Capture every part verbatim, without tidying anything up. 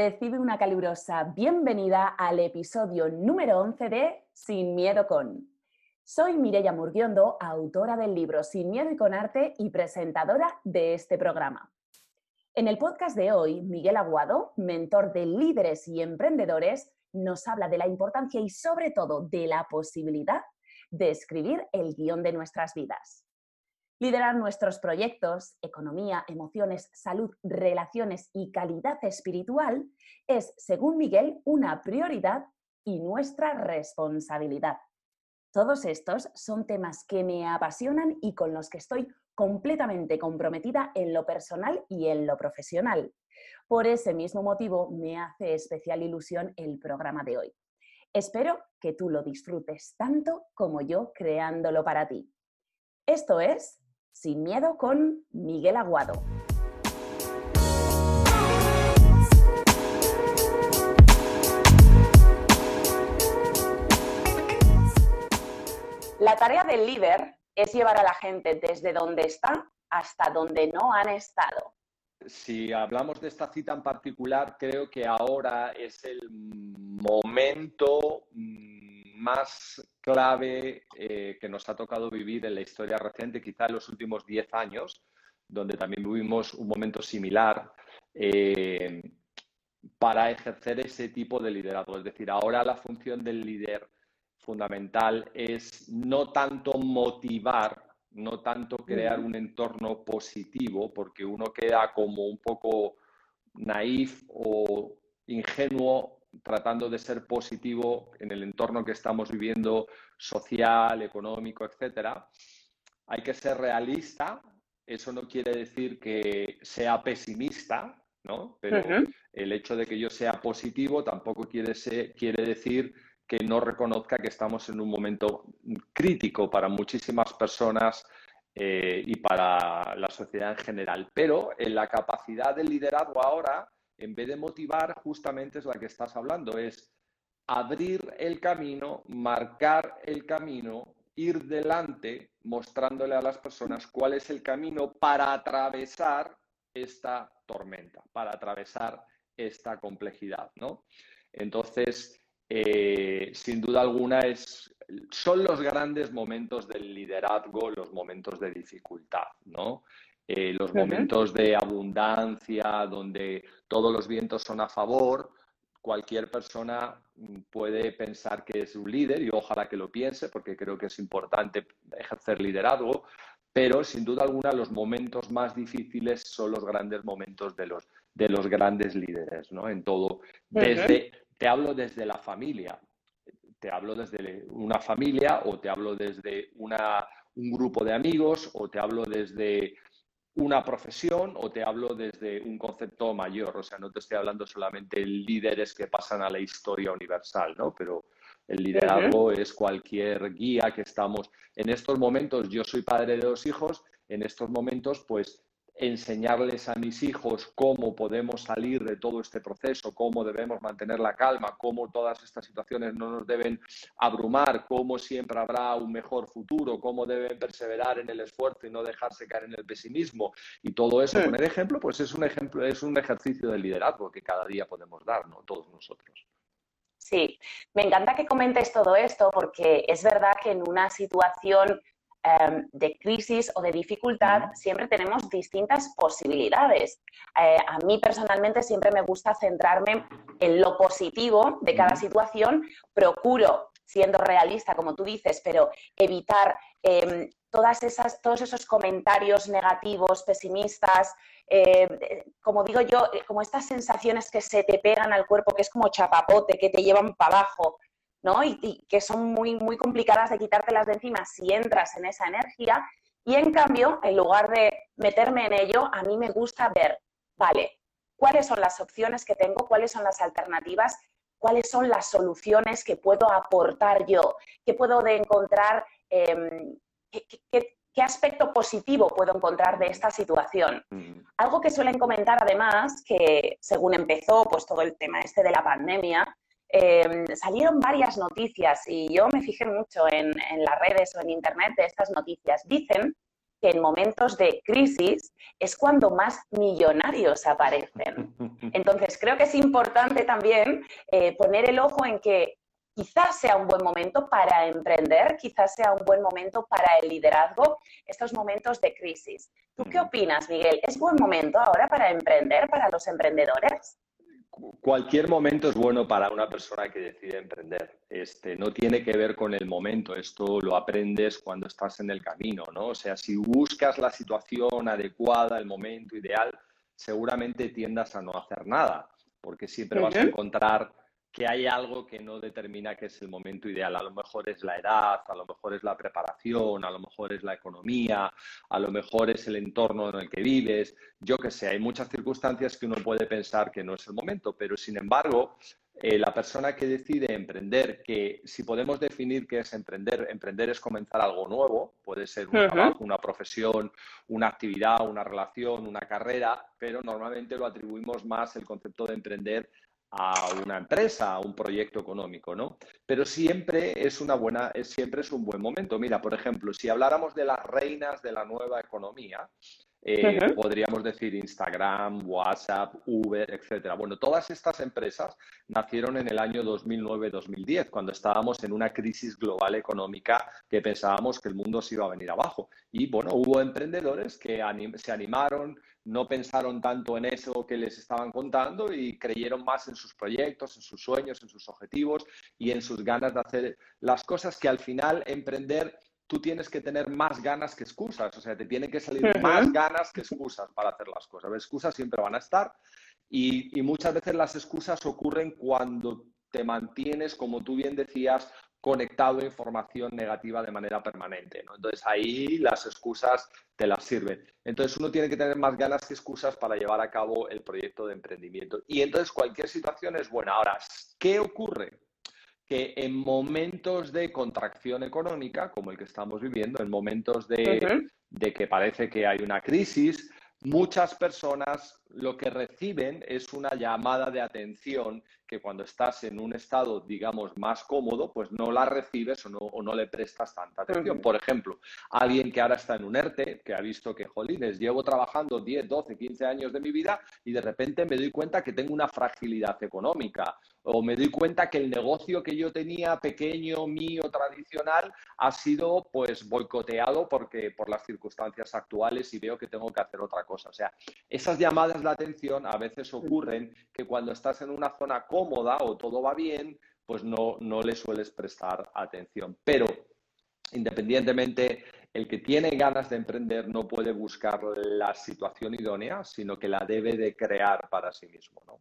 Recibe una calurosa bienvenida al episodio número once de Sin Miedo Con. Soy Mireia Murguiondo, autora del libro Sin Miedo y con Arte y presentadora de este programa. En el podcast de hoy, Miguel Aguado, mentor de líderes y emprendedores, nos habla de la importancia y sobre todo de la posibilidad de escribir el guión de nuestras vidas. Liderar nuestros proyectos, economía, emociones, salud, relaciones y calidad espiritual es, según Miguel, una prioridad y nuestra responsabilidad. Todos estos son temas que me apasionan y con los que estoy completamente comprometida en lo personal y en lo profesional. Por ese mismo motivo me hace especial ilusión el programa de hoy. Espero que tú lo disfrutes tanto como yo creándolo para ti. Esto es Sin Miedo con Miguel Aguado. La tarea del líder es llevar a la gente desde donde está hasta donde no han estado. Si hablamos de esta cita en particular, creo que ahora es el momento más clave eh, que nos ha tocado vivir en la historia reciente, quizá en los últimos diez años, donde también vivimos un momento similar eh, para ejercer ese tipo de liderazgo. Es decir, ahora la función del líder fundamental es no tanto motivar, no tanto crear un entorno positivo, porque uno queda como un poco naif o ingenuo tratando de ser positivo en el entorno que estamos viviendo, social, económico, etcétera. Hay que ser realista. Eso no quiere decir que sea pesimista, ¿no? Pero uh-huh. el hecho de que yo sea positivo tampoco quiere, ser, quiere decir que no reconozca que estamos en un momento crítico para muchísimas personas eh, y para la sociedad en general. Pero en la capacidad del liderazgo ahora, en vez de motivar, justamente es la que estás hablando, es abrir el camino, marcar el camino, ir delante, mostrándole a las personas cuál es el camino para atravesar esta tormenta, para atravesar esta complejidad, ¿no? Entonces, Eh, sin duda alguna es, son los grandes momentos del liderazgo, los momentos de dificultad, ¿no? Eh, los uh-huh. momentos de abundancia, donde todos los vientos son a favor. Cualquier persona puede pensar que es un líder y ojalá que lo piense, porque creo que es importante ejercer liderazgo, pero sin duda alguna los momentos más difíciles son los grandes momentos de los, de los grandes líderes, ¿no? En todo, desde... Uh-huh. Te hablo desde la familia, te hablo desde una familia o te hablo desde una, un grupo de amigos o te hablo desde una profesión o te hablo desde un concepto mayor. O sea, no te estoy hablando solamente de líderes que pasan a la historia universal, ¿no? Pero el liderazgo uh-huh. es cualquier guía que estamos... En estos momentos, yo soy padre de dos hijos, en estos momentos, pues, enseñarles a mis hijos cómo podemos salir de todo este proceso, cómo debemos mantener la calma, cómo todas estas situaciones no nos deben abrumar, cómo siempre habrá un mejor futuro, cómo deben perseverar en el esfuerzo y no dejarse caer en el pesimismo. Y todo eso, sí. Poner ejemplo, pues es un ejemplo, es un ejercicio de liderazgo que cada día podemos dar, ¿no? Todos nosotros. Sí, me encanta que comentes todo esto porque es verdad que en una situación de crisis o de dificultad, siempre tenemos distintas posibilidades. Eh, a mí personalmente siempre me gusta centrarme en lo positivo de cada situación. Procuro, siendo realista, como tú dices, pero evitar eh, todas esas, todos esos comentarios negativos, pesimistas, eh, como digo yo, como estas sensaciones que se te pegan al cuerpo, que es como chapapote, que te llevan para abajo, ¿no? Y, y que son muy, muy complicadas de quitártelas de encima si entras en esa energía. Y en cambio, en lugar de meterme en ello, a mí me gusta ver, vale, cuáles son las opciones que tengo, cuáles son las alternativas, cuáles son las soluciones que puedo aportar yo, qué puedo de encontrar, eh, qué, qué, qué aspecto positivo puedo encontrar de esta situación. Mm. Algo que suelen comentar además, que según empezó pues todo el tema este de la pandemia, Eh, salieron varias noticias y yo me fijé mucho en, en las redes o en internet de estas noticias. Dicen que en momentos de crisis es cuando más millonarios aparecen. Entonces, creo que es importante también eh, poner el ojo en que quizás sea un buen momento para emprender, quizás sea un buen momento para el liderazgo, estos momentos de crisis. ¿Tú qué opinas, Miguel? ¿Es buen momento ahora para emprender, para los emprendedores? Cualquier momento es bueno para una persona que decide emprender. Este, no tiene que ver con el momento, esto lo aprendes cuando estás en el camino, ¿no? O sea, si buscas la situación adecuada, el momento ideal, seguramente tiendas a no hacer nada, porque siempre vas a Uh-huh. encontrar que hay algo que no determina que es el momento ideal. A lo mejor es la edad, a lo mejor es la preparación, a lo mejor es la economía, a lo mejor es el entorno en el que vives. Yo qué sé, hay muchas circunstancias que uno puede pensar que no es el momento, pero sin embargo, eh, la persona que decide emprender, que si podemos definir qué es emprender, emprender es comenzar algo nuevo, puede ser un Uh-huh. trabajo, una profesión, una actividad, una relación, una carrera, pero normalmente lo atribuimos más el concepto de emprender a una empresa, a un proyecto económico, ¿no? Pero siempre es una buena, siempre es un buen momento. Mira, por ejemplo, si habláramos de las reinas de la nueva economía, eh, Uh-huh. podríamos decir Instagram, WhatsApp, Uber, etcétera. Bueno, todas estas empresas nacieron en el año dos mil nueve dos mil diez, cuando estábamos en una crisis global económica que pensábamos que el mundo se iba a venir abajo. Y bueno, hubo emprendedores que anim se animaron, no pensaron tanto en eso que les estaban contando y creyeron más en sus proyectos, en sus sueños, en sus objetivos y en sus ganas de hacer las cosas, que al final emprender tú tienes que tener más ganas que excusas, o sea, te tienen que salir Uh-huh. más ganas que excusas para hacer las cosas. Las excusas siempre van a estar y, y muchas veces las excusas ocurren cuando te mantienes, como tú bien decías, conectado a información negativa de manera permanente, ¿no? Entonces ahí las excusas te las sirven. Entonces uno tiene que tener más ganas que excusas para llevar a cabo el proyecto de emprendimiento. Y entonces cualquier situación es buena. Ahora, ¿qué ocurre? Que en momentos de contracción económica, como el que estamos viviendo, en momentos de, Uh-huh. de que parece que hay una crisis, muchas personas lo que reciben es una llamada de atención que cuando estás en un estado, digamos, más cómodo, pues no la recibes o no, o no le prestas tanta atención. Uh-huh. Por ejemplo, alguien que ahora está en un ERTE, que ha visto que, jolines, llevo trabajando diez, doce, quince años de mi vida y de repente me doy cuenta que tengo una fragilidad económica, o me doy cuenta que el negocio que yo tenía pequeño, mío, tradicional, ha sido pues boicoteado porque, por las circunstancias actuales y veo que tengo que hacer otra cosa. O sea, esas llamadas de atención a veces ocurren que cuando estás en una zona cómoda o todo va bien, pues no, no le sueles prestar atención. Pero, independientemente, el que tiene ganas de emprender no puede buscar la situación idónea, sino que la debe de crear para sí mismo, ¿no?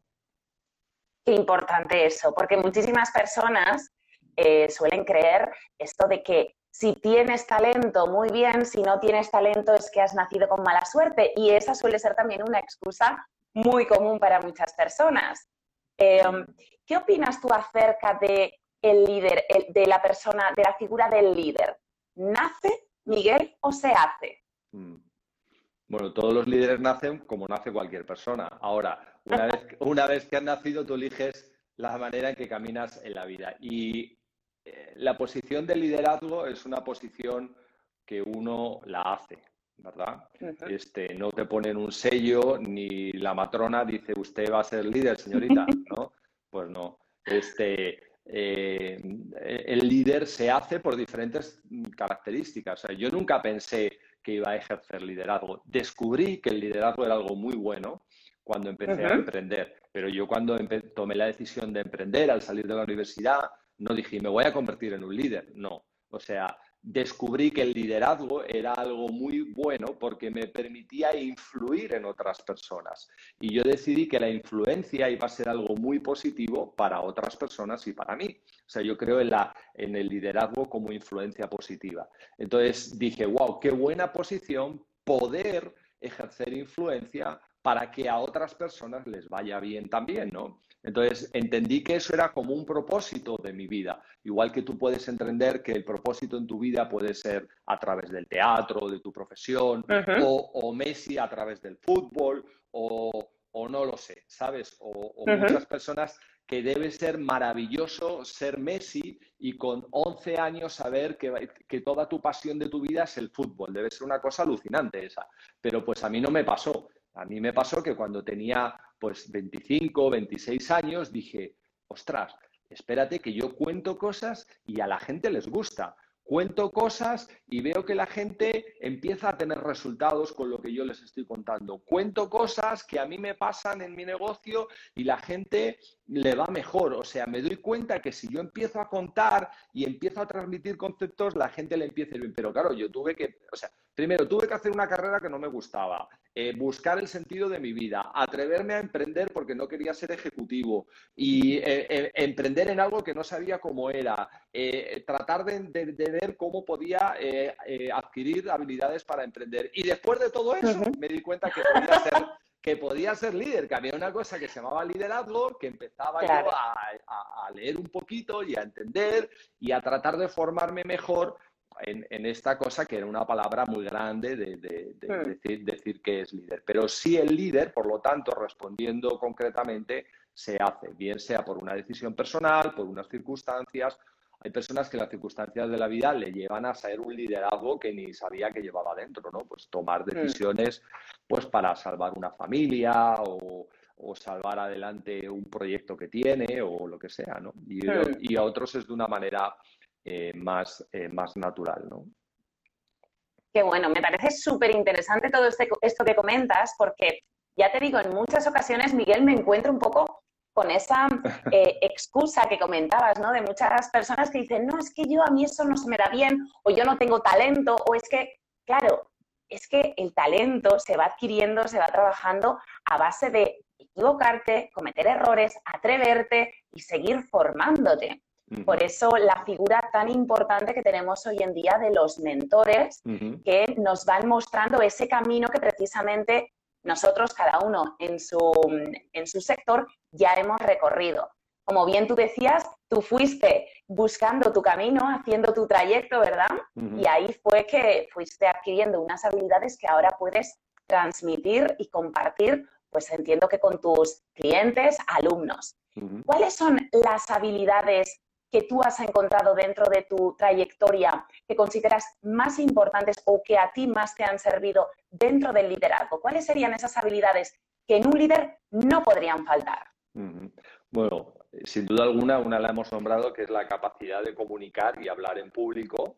Qué importante eso, porque muchísimas personas eh, suelen creer esto de que si tienes talento, muy bien, si no tienes talento es que has nacido con mala suerte, y esa suele ser también una excusa muy común para muchas personas. Eh, ¿Qué opinas tú acerca de el líder, el, de la persona, de la figura del líder? ¿Nace, Miguel, o se hace? Mm. Bueno, todos los líderes nacen como nace cualquier persona. Ahora, una vez, una vez que has nacido, tú eliges la manera en que caminas en la vida. Y eh, la posición de liderazgo es una posición que uno la hace, ¿verdad? Uh-huh. Este, no te ponen un sello, ni la matrona dice, usted va a ser líder, señorita, ¿no? Pues no. Este, eh, el líder se hace por diferentes características. O sea, yo nunca pensé que iba a ejercer liderazgo. Descubrí que el liderazgo era algo muy bueno cuando empecé Uh-huh. a emprender, pero yo cuando tomé la decisión de emprender al salir de la universidad, no dije, me voy a convertir en un líder, no. O sea, descubrí que el liderazgo era algo muy bueno porque me permitía influir en otras personas. Y yo decidí que la influencia iba a ser algo muy positivo para otras personas y para mí. O sea, yo creo en, la, en el liderazgo como influencia positiva. Entonces dije, wow, qué buena posición poder ejercer influencia para que a otras personas les vaya bien también, ¿no? Entonces entendí que eso era como un propósito de mi vida. Igual que tú puedes entender que el propósito en tu vida puede ser a través del teatro, de tu profesión, Uh-huh. o, o Messi a través del fútbol, o, o no lo sé, ¿sabes? O, o Uh-huh. muchas personas que debe ser maravilloso ser Messi y con once años saber que, que toda tu pasión de tu vida es el fútbol. Debe ser una cosa alucinante esa. Pero pues a mí no me pasó. A mí me pasó que cuando tenía pues veinticinco, veintiséis años dije, ostras, espérate que yo cuento cosas y a la gente les gusta. Cuento cosas y veo que la gente empieza a tener resultados con lo que yo les estoy contando. Cuento cosas que a mí me pasan en mi negocio y la gente le va mejor. O sea, me doy cuenta que si yo empiezo a contar y empiezo a transmitir conceptos, la gente le empieza a ir bien. Pero claro, yo tuve que, o sea, primero tuve que hacer una carrera que no me gustaba, eh, buscar el sentido de mi vida, atreverme a emprender porque no quería ser ejecutivo y eh, eh, emprender en algo que no sabía cómo era, eh, tratar de, de, de ver cómo podía eh, eh, adquirir habilidades para emprender. Y después de todo eso Uh-huh. me di cuenta que podía ser, que podía ser líder, que había una cosa que se llamaba liderazgo, que empezaba Claro. yo a, a, a leer un poquito y a entender y a tratar de formarme mejor En, en esta cosa que era una palabra muy grande de, de, de Hmm. decir, decir que es líder. Pero sí el líder, por lo tanto, respondiendo concretamente, se hace, bien sea por una decisión personal, por unas circunstancias. Hay personas que las circunstancias de la vida le llevan a ser un liderazgo que ni sabía que llevaba dentro, ¿no? Pues tomar decisiones pues para salvar una familia o, o salvar adelante un proyecto que tiene o lo que sea, ¿no? Y, Hmm. y a otros es de una manera Eh, más, eh, más natural, ¿no? Qué bueno, me parece súper interesante todo este, esto que comentas, porque ya te digo, en muchas ocasiones, Miguel, me encuentro un poco con esa eh, excusa que comentabas, ¿no? De muchas personas que dicen, no, es que yo a mí eso no se me da bien, o yo no tengo talento, o es que, claro, es que el talento se va adquiriendo, se va trabajando a base de equivocarte, cometer errores, atreverte y seguir formándote. Uh-huh. Por eso la figura tan importante que tenemos hoy en día de los mentores, uh-huh, que nos van mostrando ese camino que precisamente nosotros, cada uno en su, en su sector, ya hemos recorrido. Como bien tú decías, tú fuiste buscando tu camino, haciendo tu trayecto, ¿verdad? uh-huh. Y ahí fue que fuiste adquiriendo unas habilidades que ahora puedes transmitir y compartir, pues entiendo que con tus clientes, alumnos. Uh-huh. ¿Cuáles son las habilidades que tú has encontrado dentro de tu trayectoria que consideras más importantes o que a ti más te han servido dentro del liderazgo? ¿Cuáles serían esas habilidades que en un líder no podrían faltar? Uh-huh. Bueno, sin duda alguna, una la hemos nombrado, que es la capacidad de comunicar y hablar en público.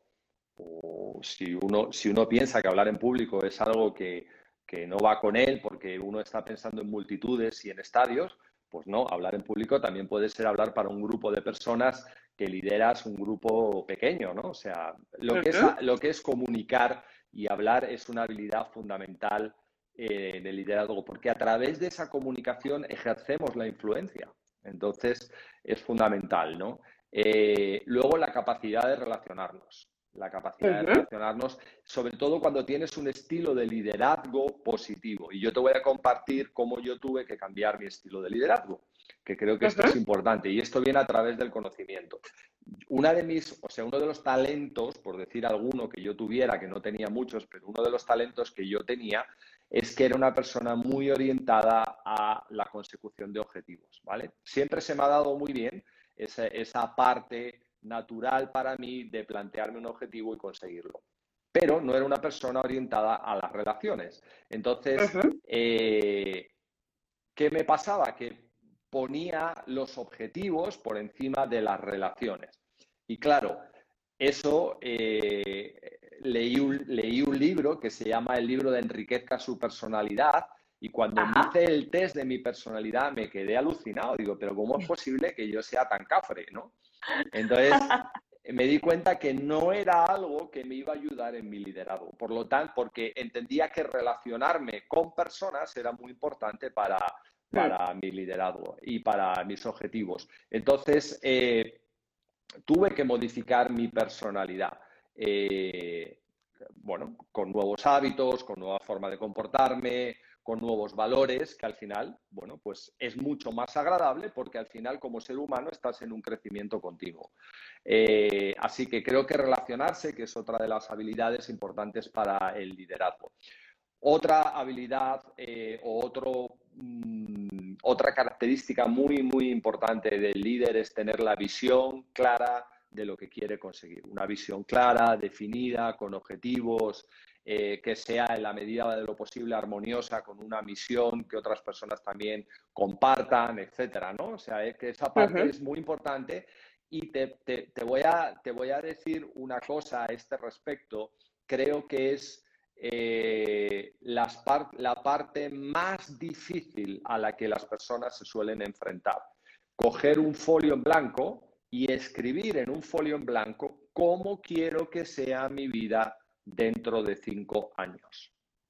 O si uno, si uno piensa que hablar en público es algo que, que no va con él porque uno está pensando en multitudes y en estadios, pues no, hablar en público también puede ser hablar para un grupo de personas que lideras un grupo pequeño, ¿no? O sea, lo que es, lo que es comunicar y hablar es una habilidad fundamental eh, del liderazgo, porque a través de esa comunicación ejercemos la influencia. Entonces, es fundamental, ¿no? Eh, luego, la capacidad de relacionarnos. La capacidad uh-huh. de relacionarnos, sobre todo cuando tienes un estilo de liderazgo positivo. Y yo te voy a compartir cómo yo tuve que cambiar mi estilo de liderazgo, que creo que esto uh-huh. es importante. Y esto viene a través del conocimiento. Una de mis, o sea, uno de los talentos, por decir alguno que yo tuviera, que no tenía muchos, pero uno de los talentos que yo tenía es que era una persona muy orientada a la consecución de objetivos, ¿vale? Siempre se me ha dado muy bien esa, esa parte natural para mí de plantearme un objetivo y conseguirlo. Pero no era una persona orientada a las relaciones. Entonces, uh-huh. eh, ¿qué me pasaba? Que ponía los objetivos por encima de las relaciones. Y claro, eso eh, leí, un, leí un libro que se llama El libro de Enriquezca su personalidad. Y cuando me hice el test de mi personalidad me quedé alucinado. Digo, pero ¿cómo es posible que yo sea tan cafre, ¿no? Entonces me di cuenta que no era algo que me iba a ayudar en mi liderazgo. Por lo tanto, porque entendía que relacionarme con personas era muy importante para, para mi liderazgo y para mis objetivos. Entonces, eh, tuve que modificar mi personalidad. Eh, bueno, con nuevos hábitos, con nueva forma de comportarme, con nuevos valores, que al final, bueno, pues es mucho más agradable porque al final como ser humano estás en un crecimiento continuo. Eh, así que creo que relacionarse, que es otra de las habilidades importantes para el liderazgo. Otra habilidad eh, o otro mmm, otra característica muy, muy importante del líder es tener la visión clara de lo que quiere conseguir. Una visión clara, definida, con objetivos, eh, que sea en la medida de lo posible armoniosa, con una misión que otras personas también compartan, etcétera, ¿no? O sea, es que esa parte Ujú. es muy importante. Y te, te, te, voy a, te voy a decir una cosa a este respecto. Creo que es eh, las par la parte más difícil a la que las personas se suelen enfrentar. Coger un folio en blanco y escribir en un folio en blanco cómo quiero que sea mi vida dentro de cinco años.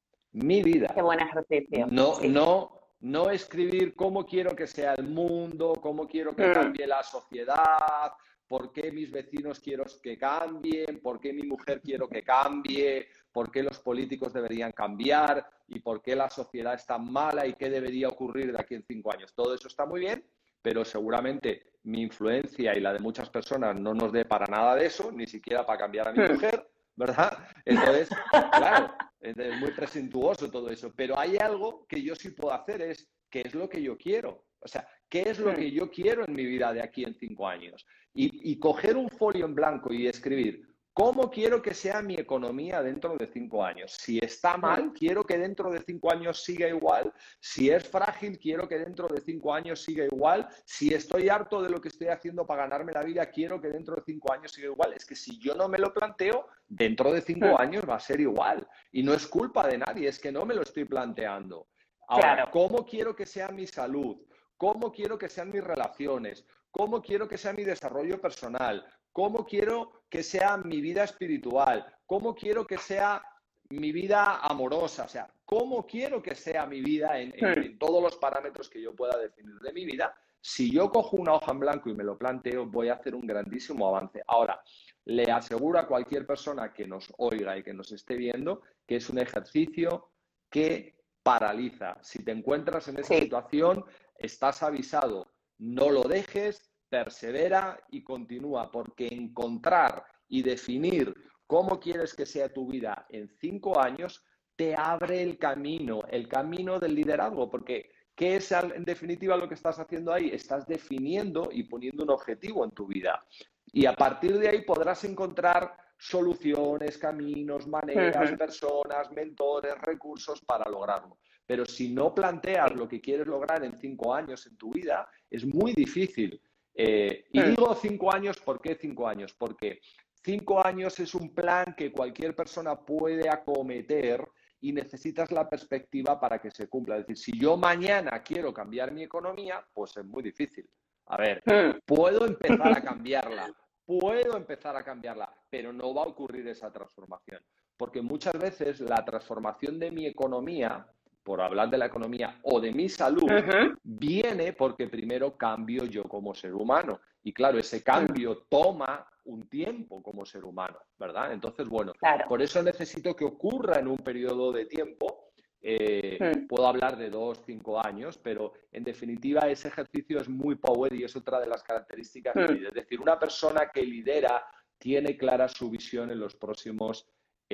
Mi vida. Qué buen ejercicio. No, Sí. no, no escribir cómo quiero que sea el mundo, cómo quiero que Mm. cambie la sociedad, por qué mis vecinos quiero que cambien, por qué mi mujer quiero que cambie, por qué los políticos deberían cambiar y por qué la sociedad está mala y qué debería ocurrir de aquí en cinco años. Todo eso está muy bien, pero seguramente mi influencia y la de muchas personas no nos dé para nada de eso, ni siquiera para cambiar a mi Mm. mujer, ¿verdad? Entonces, claro, es muy presuntuoso todo eso, pero hay algo que yo sí puedo hacer, es qué es lo que yo quiero. O sea, ¿qué es lo Mm. que yo quiero en mi vida de aquí en cinco años? Y, y coger un folio en blanco y escribir, ¿cómo quiero que sea mi economía dentro de cinco años? Si está mal, quiero que dentro de cinco años siga igual. Si es frágil, quiero que dentro de cinco años siga igual. Si estoy harto de lo que estoy haciendo para ganarme la vida, quiero que dentro de cinco años siga igual. Es que si yo no me lo planteo, dentro de cinco años va a ser igual. Y no es culpa de nadie, es que no me lo estoy planteando. Ahora, Claro. ¿cómo quiero que sea mi salud? ¿Cómo quiero que sean mis relaciones? ¿Cómo quiero que sea mi desarrollo personal? ¿Cómo quiero que sea mi vida espiritual? ¿Cómo quiero que sea mi vida amorosa? O sea, ¿cómo quiero que sea mi vida en, en, en todos los parámetros que yo pueda definir de mi vida? Si yo cojo una hoja en blanco y me lo planteo, voy a hacer un grandísimo avance. Ahora, le aseguro a cualquier persona que nos oiga y que nos esté viendo que es un ejercicio que paraliza. Si te encuentras en esa Sí. situación, estás avisado. No lo dejes, persevera y continúa, porque encontrar y definir cómo quieres que sea tu vida en cinco años te abre el camino, el camino del liderazgo, porque ¿qué es en definitiva lo que estás haciendo ahí? Estás definiendo y poniendo un objetivo en tu vida. Y a partir de ahí podrás encontrar soluciones, caminos, maneras, Uh-huh. personas, mentores, recursos para lograrlo. Pero si no planteas lo que quieres lograr en cinco años en tu vida, es muy difícil. Eh, y digo cinco años, ¿por qué cinco años? Porque cinco años es un plan que cualquier persona puede acometer y necesitas la perspectiva para que se cumpla. Es decir, si yo mañana quiero cambiar mi economía, pues es muy difícil. A ver, puedo empezar a cambiarla, puedo empezar a cambiarla, pero no va a ocurrir esa transformación. Porque muchas veces la transformación de mi economía, por hablar de la economía, o de mi salud, uh-huh. viene porque primero cambio yo como ser humano. Y claro, ese cambio toma un tiempo como ser humano, ¿verdad? Entonces, bueno, claro. por eso necesito que ocurra en un periodo de tiempo. Eh, mm. Puedo hablar de dos, cinco años, pero en definitiva ese ejercicio es muy power y es otra de las características. Mm. Es decir, una persona que lidera tiene clara su visión en los próximos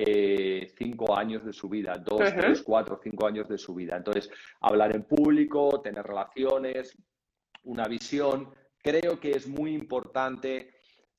eh, cinco años de su vida, dos, uh-huh. tres, cuatro, cinco años de su vida. Entonces, hablar en público, tener relaciones, una visión. Creo que es muy importante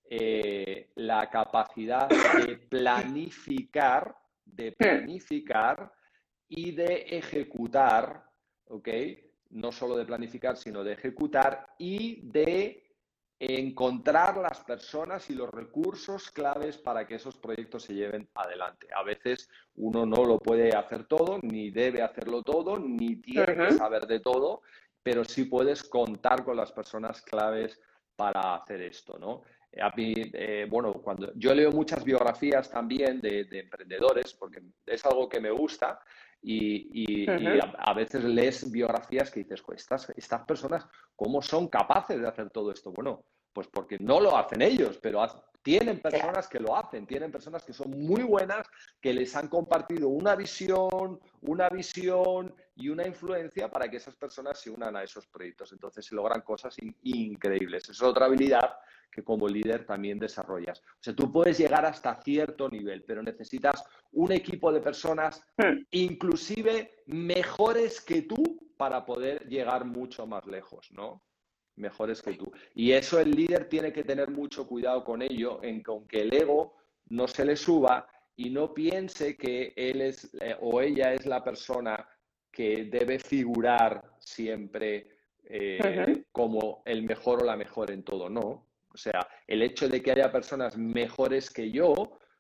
eh, la capacidad de planificar, de planificar y de ejecutar, ¿ok? No solo de planificar, sino de ejecutar y de encontrar las personas y los recursos claves para que esos proyectos se lleven adelante. A veces uno no lo puede hacer todo, ni debe hacerlo todo, ni tiene uh-huh. que saber de todo, pero sí puedes contar con las personas claves para hacer esto, ¿no? A mí, eh, bueno, cuando yo leo muchas biografías también de, de emprendedores, porque es algo que me gusta, y, y, uh-huh. y a, a veces lees biografías que dices, estas, estas personas, ¿cómo son capaces de hacer todo esto? Bueno, pues porque no lo hacen ellos, pero ha, tienen personas que lo hacen, tienen personas que son muy buenas, que les han compartido una visión, una visión y una influencia para que esas personas se unan a esos proyectos. Entonces se logran cosas in, increíbles. Es otra habilidad que como líder también desarrollas. O sea, tú puedes llegar hasta cierto nivel, pero necesitas un equipo de personas inclusive mejores que tú para poder llegar mucho más lejos, ¿no? Mejores que tú. Y eso el líder tiene que tener mucho cuidado con ello, en con que el ego no se le suba y no piense que él es eh, o ella es la persona que debe figurar siempre eh, Ujú. como el mejor o la mejor en todo, no. O sea, el hecho de que haya personas mejores que yo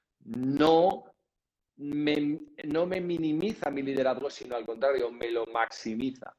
no me, no me minimiza mi liderazgo, sino al contrario, me lo maximiza.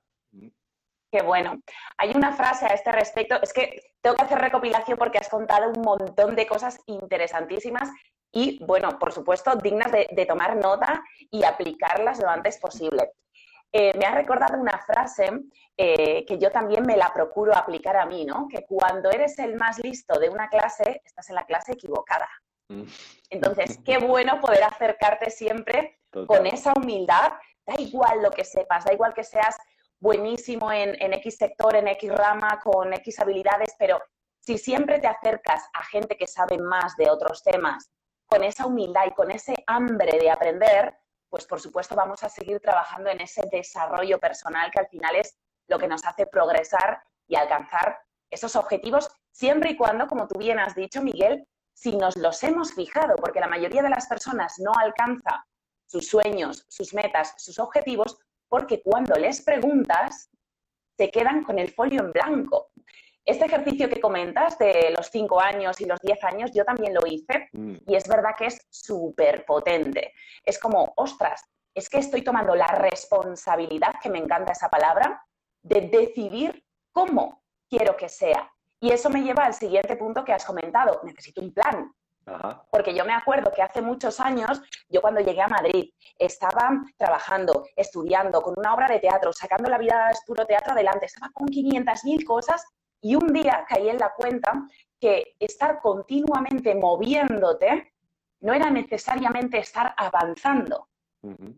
Qué bueno. Hay una frase a este respecto, es que tengo que hacer recopilación porque has contado un montón de cosas interesantísimas y, bueno, por supuesto, dignas de, de tomar nota y aplicarlas lo antes posible. Eh, me ha recordado una frase eh, que yo también me la procuro aplicar a mí, ¿no? Que cuando eres el más listo de una clase, estás en la clase equivocada. Entonces, qué bueno poder acercarte siempre Total. con esa humildad. Da igual lo que sepas, da igual que seas buenísimo en, en X sector, en X rama, con X habilidades, pero si siempre te acercas a gente que sabe más de otros temas, con esa humildad y con ese hambre de aprender, pues por supuesto vamos a seguir trabajando en ese desarrollo personal que al final es lo que nos hace progresar y alcanzar esos objetivos, siempre y cuando, como tú bien has dicho, Miguel, si nos los hemos fijado, porque la mayoría de las personas no alcanza sus sueños, sus metas, sus objetivos, porque cuando les preguntas, se quedan con el folio en blanco. Este ejercicio que comentas de los cinco años y los diez años, yo también lo hice Mm. y es verdad que es súper potente. Es como, ostras, es que estoy tomando la responsabilidad, que me encanta esa palabra, de decidir cómo quiero que sea. Y eso me lleva al siguiente punto que has comentado. Necesito un plan. Ajá. Porque yo me acuerdo que hace muchos años, yo cuando llegué a Madrid, estaba trabajando, estudiando, con una obra de teatro, sacando la vida de puro teatro adelante, estaba con quinientas mil cosas y un día caí en la cuenta que estar continuamente moviéndote no era necesariamente estar avanzando. Uh-huh.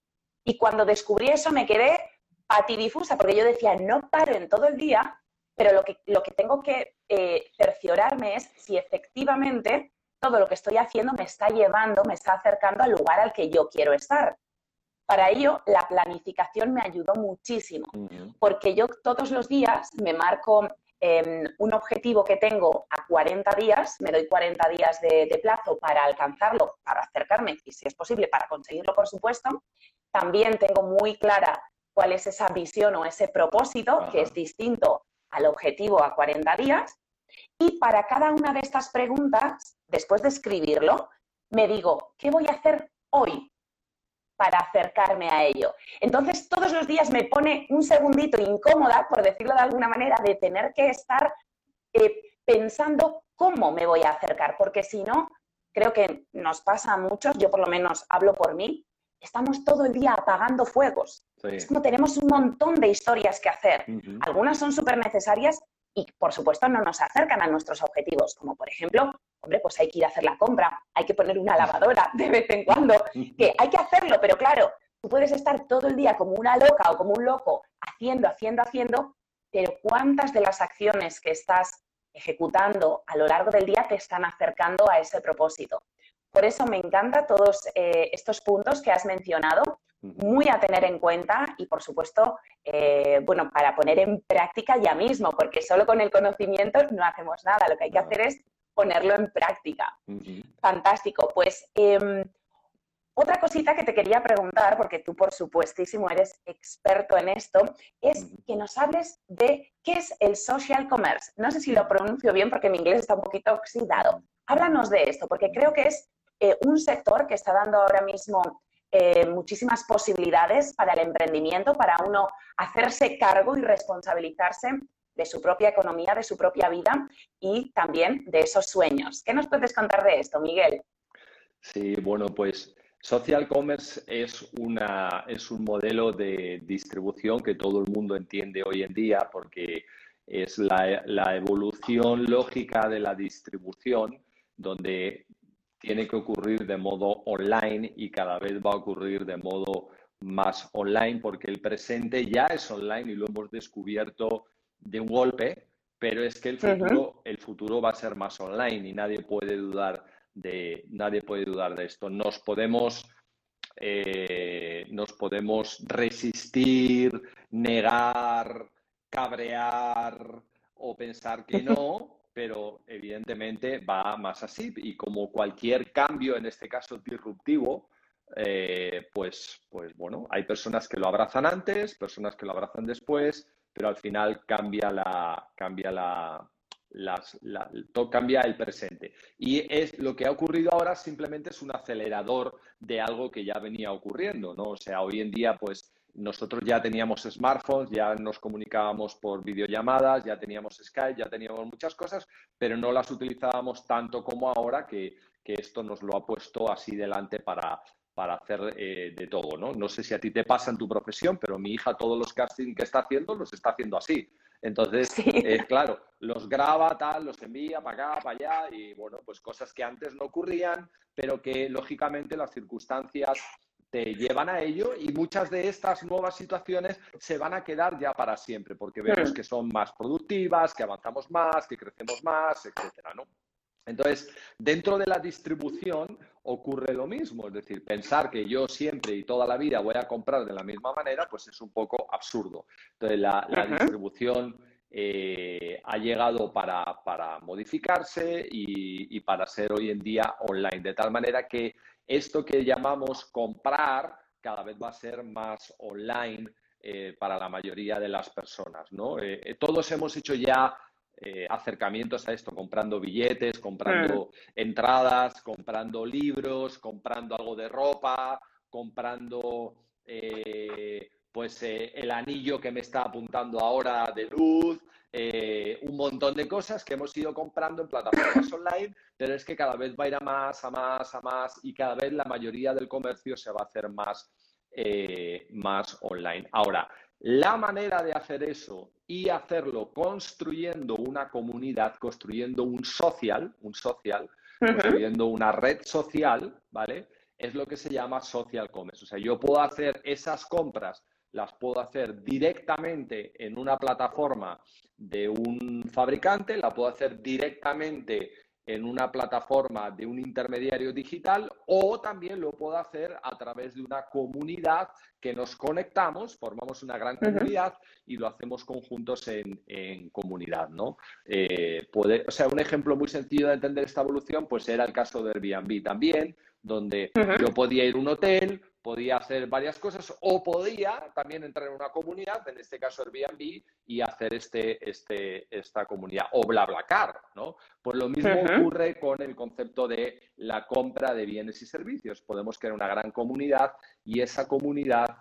Y cuando descubrí eso me quedé patidifusa, porque yo decía, no paro en todo el día, pero lo que, lo que tengo que eh, cerciorarme es si efectivamente todo lo que estoy haciendo me está llevando, me está acercando al lugar al que yo quiero estar. Para ello, la planificación me ayudó muchísimo, Uh-huh. porque yo todos los días me marco eh, un objetivo que tengo a cuarenta días, me doy cuarenta días de, de plazo para alcanzarlo, para acercarme y, si es posible, para conseguirlo, por supuesto. También tengo muy clara cuál es esa visión o ese propósito, Ajá. que es distinto al objetivo a cuarenta días. Y para cada una de estas preguntas, después de escribirlo, me digo, ¿qué voy a hacer hoy para acercarme a ello? Entonces, todos los días me pone un segundito incómoda, por decirlo de alguna manera, de tener que estar eh, pensando cómo me voy a acercar, porque si no, creo que nos pasa a muchos, yo por lo menos hablo por mí, estamos todo el día apagando fuegos. Sí. Es como tenemos un montón de historias que hacer. Uh-huh. Algunas son súper necesarias y, por supuesto, no nos acercan a nuestros objetivos, como por ejemplo, hombre, pues hay que ir a hacer la compra, hay que poner una lavadora de vez en cuando, que hay que hacerlo, pero claro, tú puedes estar todo el día como una loca o como un loco, haciendo, haciendo, haciendo, pero ¿cuántas de las acciones que estás ejecutando a lo largo del día te están acercando a ese propósito? Por eso me encantan todos eh, estos puntos que has mencionado, muy a tener en cuenta y, por supuesto, eh, bueno, para poner en práctica ya mismo, porque solo con el conocimiento no hacemos nada. Lo que hay que No. hacer es ponerlo en práctica. Uh-huh. Fantástico. Pues eh, otra cosita que te quería preguntar, porque tú, por supuestísimo, eres experto en esto, es Uh-huh. que nos hables de qué es el social commerce. No sé si lo pronuncio bien porque mi inglés está un poquito oxidado. Háblanos de esto, porque creo que es eh, un sector que está dando ahora mismo Eh, muchísimas posibilidades para el emprendimiento, para uno hacerse cargo y responsabilizarse de su propia economía, de su propia vida y también de esos sueños. ¿Qué nos puedes contar de esto, Miguel? Sí, bueno, pues social commerce es, una, es un modelo de distribución que todo el mundo entiende hoy en día porque es la, la evolución lógica de la distribución donde tiene que ocurrir de modo online y cada vez va a ocurrir de modo más online porque el presente ya es online y lo hemos descubierto de un golpe, pero es que el futuro, uh-huh. el futuro va a ser más online y nadie puede dudar de, nadie puede dudar de esto. Nos podemos, eh, eh, nos podemos resistir, negar, cabrear o pensar que no, pero evidentemente va más así. Y como cualquier cambio, en este caso disruptivo, eh, pues, pues bueno, hay personas que lo abrazan antes, personas que lo abrazan después, pero al final cambia la, cambia la, las, la, todo cambia el presente. Y es lo que ha ocurrido ahora simplemente es un acelerador de algo que ya venía ocurriendo, ¿no? O sea, hoy en día, pues nosotros ya teníamos smartphones, ya nos comunicábamos por videollamadas, ya teníamos Skype, ya teníamos muchas cosas, pero no las utilizábamos tanto como ahora, que, que esto nos lo ha puesto así delante para, para hacer eh, de todo, ¿no? No sé si a ti te pasa en tu profesión, pero mi hija todos los castings que está haciendo los está haciendo así. Entonces, Sí. eh, claro, los graba, tal, los envía para acá, para allá y, bueno, pues cosas que antes no ocurrían, pero que, lógicamente, las circunstancias te llevan a ello y muchas de estas nuevas situaciones se van a quedar ya para siempre porque vemos que son más productivas, que avanzamos más, que crecemos más, etcétera, ¿no? Entonces, dentro de la distribución ocurre lo mismo, es decir, pensar que yo siempre y toda la vida voy a comprar de la misma manera, pues es un poco absurdo. Entonces, la, la Uh-huh. distribución eh, ha llegado para, para modificarse y, y para ser hoy en día online, de tal manera que esto que llamamos comprar cada vez va a ser más online eh, para la mayoría de las personas, ¿no? Eh, todos hemos hecho ya eh, acercamientos a esto, comprando billetes, comprando Uh-huh. entradas, comprando libros, comprando algo de ropa, comprando eh, pues eh, el anillo que me está apuntando ahora de luz, eh, un montón de cosas que hemos ido comprando en plataformas online, pero es que cada vez va a ir a más, a más, a más y cada vez la mayoría del comercio se va a hacer más, eh, más online. Ahora, la manera de hacer eso y hacerlo construyendo una comunidad, construyendo un social, un social, Uh-huh. construyendo una red social, ¿vale? Es lo que se llama social commerce. O sea, yo puedo hacer esas compras, las puedo hacer directamente en una plataforma de un fabricante, la puedo hacer directamente en una plataforma de un intermediario digital o también lo puedo hacer a través de una comunidad que nos conectamos, formamos una gran comunidad uh-huh. y lo hacemos conjuntos en, en comunidad, ¿no? Eh, puede, o sea, un ejemplo muy sencillo de entender esta evolución pues era el caso de Airbnb también, donde uh-huh. yo podía ir a un hotel, podía hacer varias cosas o podía también entrar en una comunidad, en este caso Airbnb, y hacer este, este, esta comunidad. O BlaBlaCar, ¿no? Pues lo mismo uh-huh. ocurre con el concepto de la compra de bienes y servicios. Podemos crear una gran comunidad y esa comunidad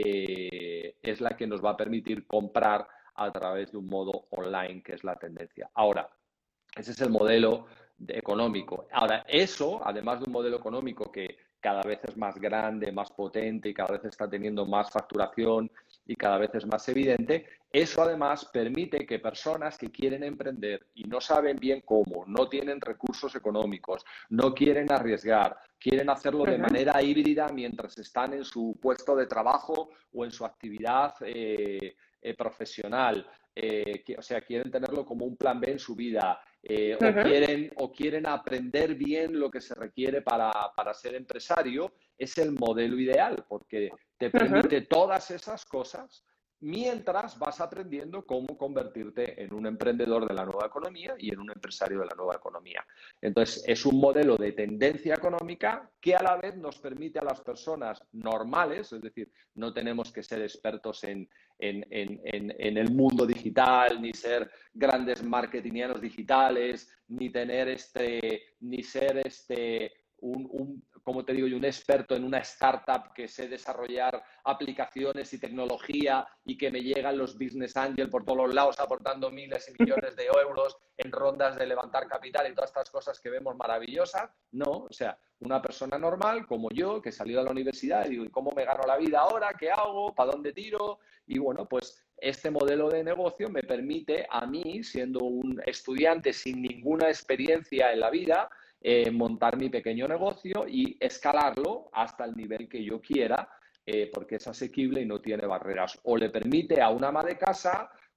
eh, es la que nos va a permitir comprar a través de un modo online, que es la tendencia. Ahora, ese es el modelo económico. Ahora, eso, además de un modelo económico que cada vez es más grande, más potente y cada vez está teniendo más facturación y cada vez es más evidente, eso además permite que personas que quieren emprender y no saben bien cómo, no tienen recursos económicos, no quieren arriesgar, quieren hacerlo uh-huh. de manera híbrida mientras están en su puesto de trabajo o en su actividad eh, eh, profesional, eh, que, o sea, quieren tenerlo como un plan B en su vida. Eh, uh-huh. o, quieren, o quieren aprender bien lo que se requiere para, para ser empresario, es el modelo ideal porque te permite uh-huh. todas esas cosas mientras vas aprendiendo cómo convertirte en un emprendedor de la nueva economía y en un empresario de la nueva economía. Entonces, es un modelo de tendencia económica que a la vez nos permite a las personas normales, es decir, no tenemos que ser expertos en, en, en, en, en el mundo digital, ni ser grandes marketingianos digitales, ni tener este, ni ser este, un, un, como te digo yo, un experto en una startup que sé desarrollar aplicaciones y tecnología y que me llegan los business angels por todos los lados aportando miles y millones de euros en rondas de levantar capital y todas estas cosas que vemos maravillosas. No, o sea, una persona normal como yo que salió de la universidad y digo, ¿y cómo me gano la vida ahora? ¿Qué hago? ¿Para dónde tiro? Y bueno, pues este modelo de negocio me permite a mí, siendo un estudiante sin ninguna experiencia en la vida, eh, montar mi pequeño negocio y escalarlo hasta el nivel que yo quiera, eh, porque es asequible y no tiene barreras. O le permite a una ama de casa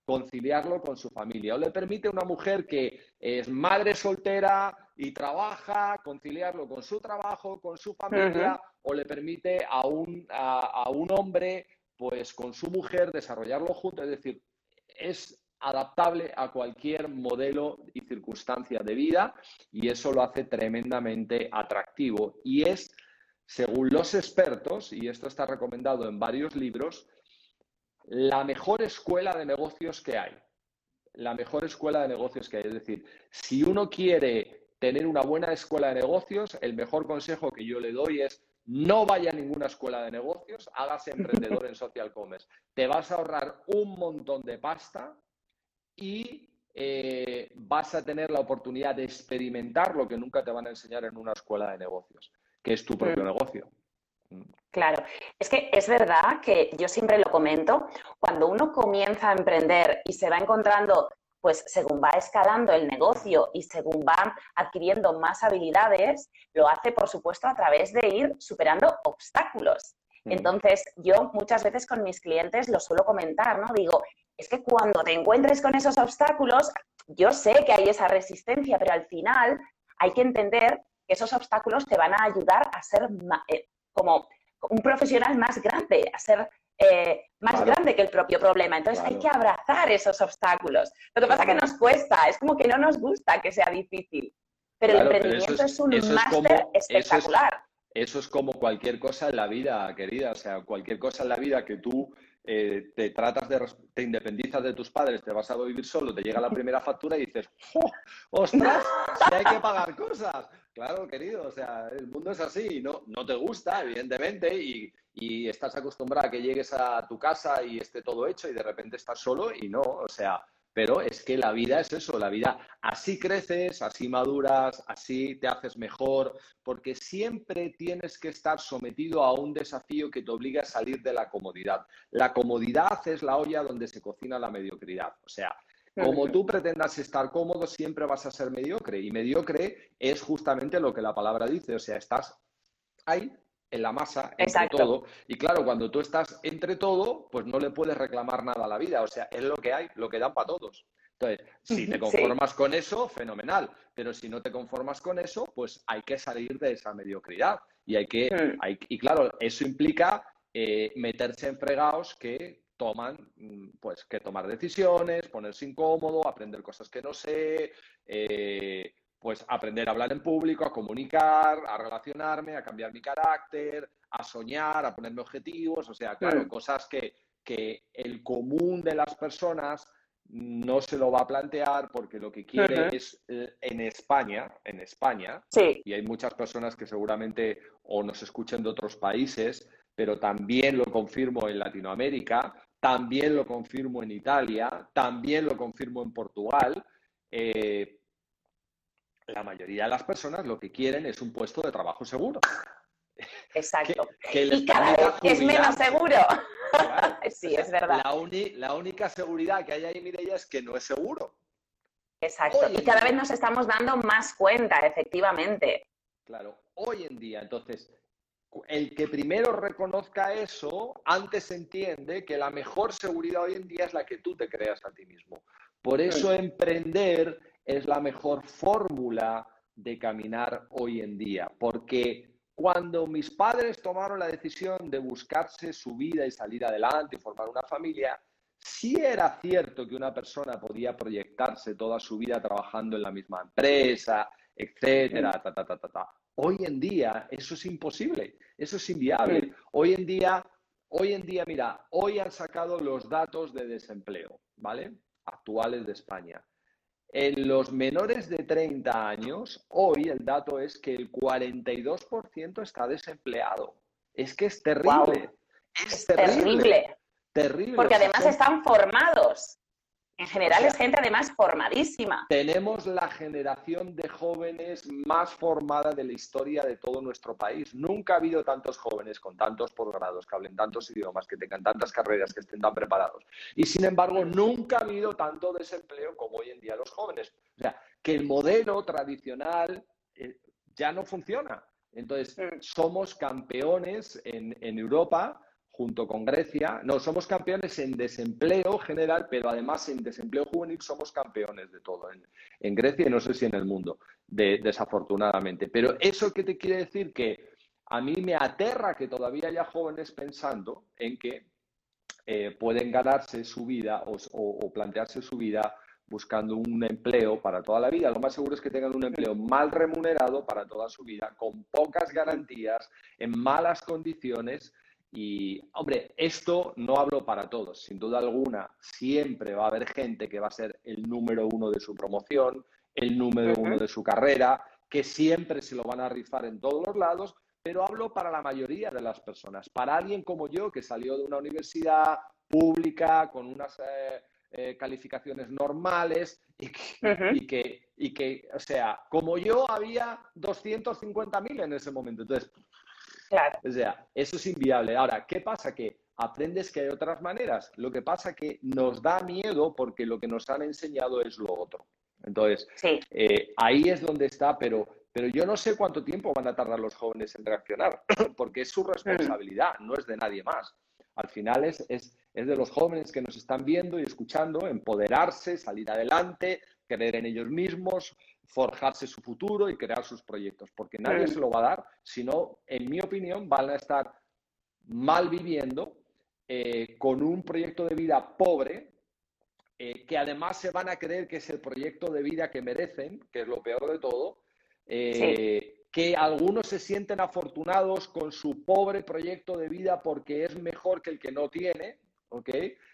conciliarlo con su familia. O le permite a una mujer que es madre soltera y trabaja, conciliarlo con su trabajo, con su familia, Ujú. o le permite a un, a, a un hombre, pues con su mujer, desarrollarlo juntos. Es decir, es adaptable a cualquier modelo y circunstancia de vida y eso lo hace tremendamente atractivo. Y es, según los expertos, y esto está recomendado en varios libros, la mejor escuela de negocios que hay. La mejor escuela de negocios que hay. Es decir, si uno quiere tener una buena escuela de negocios, el mejor consejo que yo le doy es no vaya a ninguna escuela de negocios, hágase emprendedor en social commerce. Te vas a ahorrar un montón de pasta y eh, vas a tener la oportunidad de experimentar lo que nunca te van a enseñar en una escuela de negocios, que es tu propio Mm. negocio. Claro, es que es verdad que yo siempre lo comento, cuando uno comienza a emprender y se va encontrando, pues según va escalando el negocio y según va adquiriendo más habilidades, lo hace, por supuesto, a través de ir superando obstáculos. Mm. Entonces, yo muchas veces con mis clientes lo suelo comentar, ¿no? Digo, es que cuando te encuentres con esos obstáculos, yo sé que hay esa resistencia, pero al final hay que entender que esos obstáculos te van a ayudar a ser eh, como un profesional más grande, a ser eh, más Claro. grande que el propio problema. Entonces Claro. hay que abrazar esos obstáculos. Lo que pasa es que nos cuesta, es como que no nos gusta que sea difícil. Pero Claro, el pero eso emprendimiento es, es, un eso es máster como, eso es, espectacular. eso es como cualquier cosa en la vida, querida. O sea, cualquier cosa en la vida que tú eh, te tratas de, te independizas de tus padres, te vas a vivir solo, te llega la primera factura y dices, ¡oh, ostras! Si hay que pagar cosas. Claro, querido, o sea, el mundo es así, no, no te gusta, evidentemente, y, y estás acostumbrada a que llegues a tu casa y esté todo hecho y de repente estás solo y no, o sea, pero es que la vida es eso, la vida así creces, así maduras, así te haces mejor, porque siempre tienes que estar sometido a un desafío que te obliga a salir de la comodidad. La comodidad es la olla donde se cocina la mediocridad, o sea, como tú pretendas estar cómodo, siempre vas a ser mediocre. Y mediocre es justamente lo que la palabra dice. O sea, estás ahí, en la masa, entre Exacto. todo. Y claro, cuando tú estás entre todo, pues no le puedes reclamar nada a la vida. O sea, es lo que hay, lo que dan para todos. Entonces, si te conformas Sí. con eso, fenomenal. Pero si no te conformas con eso, pues hay que salir de esa mediocridad. Y hay que, Mm. hay, y claro, eso implica eh, meterse en fregados que toman, pues, que tomar decisiones, ponerse incómodo, aprender cosas que no sé, eh, pues aprender a hablar en público, a comunicar, a relacionarme, a cambiar mi carácter, a soñar, a ponerme objetivos, o sea, claro, Mm. cosas que, que el común de las personas no se lo va a plantear porque lo que quiere Uh-huh. es, eh, en España, en España, Sí. y hay muchas personas que seguramente o nos escuchen de otros países, pero también lo confirmo en Latinoamérica, también lo confirmo en Italia, también lo confirmo en Portugal. Eh, la mayoría de las personas lo que quieren es un puesto de trabajo seguro. Exacto. Que, que les Y cada permita vez es menos jubilarse. seguro. Claro. Sí, O sea, es verdad. la, uni, la única seguridad que hay ahí, Mireia, es que no es seguro. Exacto. Hoy Y en cada vez día. nos estamos dando más cuenta, efectivamente. Claro, hoy en día. Entonces, el que primero reconozca eso, antes entiende que la mejor seguridad hoy en día es la que tú te creas a ti mismo. Por eso Mm. emprender es la mejor fórmula de caminar hoy en día, porque cuando mis padres tomaron la decisión de buscarse su vida y salir adelante y formar una familia, sí era cierto que una persona podía proyectarse toda su vida trabajando en la misma empresa, etcétera, ta, ta, ta, ta, ta. Hoy en día eso es imposible, eso es inviable. Mm. Hoy en día, hoy en día, mira, hoy han sacado los datos de desempleo, ¿vale? Actuales de España. En los menores de treinta años, hoy el dato es que el cuarenta y dos por ciento está desempleado. Es que es terrible, Wow. es, Es terrible, terrible. terrible. Porque O sea, además son, están formados. En o general sea, es gente además formadísima. tenemos la generación de jóvenes más formada de la historia de todo nuestro país. Nunca ha habido tantos jóvenes con tantos posgrados, que hablen tantos idiomas, que tengan tantas carreras, que estén tan preparados. Y sin embargo, nunca ha habido tanto desempleo como hoy en día los jóvenes. O sea, que el modelo tradicional eh, ya no funciona. Entonces, Mm. somos campeones en, en Europa junto con Grecia. No, somos campeones en desempleo general, pero además en desempleo juvenil somos campeones de todo en, en Grecia y no sé si en el mundo, de, desafortunadamente. Pero ¿eso qué te quiere decir? Que a mí me aterra que todavía haya jóvenes pensando en que eh, pueden ganarse su vida o, o, o plantearse su vida buscando un empleo para toda la vida. Lo más seguro es que tengan un empleo mal remunerado para toda su vida, con pocas garantías, en malas condiciones. Y, hombre, esto no hablo para todos. Sin duda alguna, siempre va a haber gente que va a ser el número uno de su promoción, el número Ujú. uno de su carrera, que siempre se lo van a rifar en todos los lados, pero hablo para la mayoría de las personas. Para alguien como yo, que salió de una universidad pública con unas eh, eh, calificaciones normales y que, Ujú. y, que, y que, o sea, como yo había doscientos cincuenta mil en ese momento. Entonces, Claro. o sea, eso es inviable. Ahora, ¿qué pasa? Que aprendes que hay otras maneras. Lo que pasa que nos da miedo porque lo que nos han enseñado es lo otro. Entonces, Sí. eh, ahí es donde está, pero, pero yo no sé cuánto tiempo van a tardar los jóvenes en reaccionar, porque es su Mm. responsabilidad, no es de nadie más. Al final es, es, es de los jóvenes que nos están viendo y escuchando, empoderarse, salir adelante, creer en ellos mismos, forjarse su futuro y crear sus proyectos, porque nadie Mm. se lo va a dar, sino, en mi opinión, van a estar mal viviendo, eh, con un proyecto de vida pobre, eh, que además se van a creer que es el proyecto de vida que merecen, que es lo peor de todo, Sí. eh, que algunos se sienten afortunados con su pobre proyecto de vida porque es mejor que el que no tiene, ¿ok?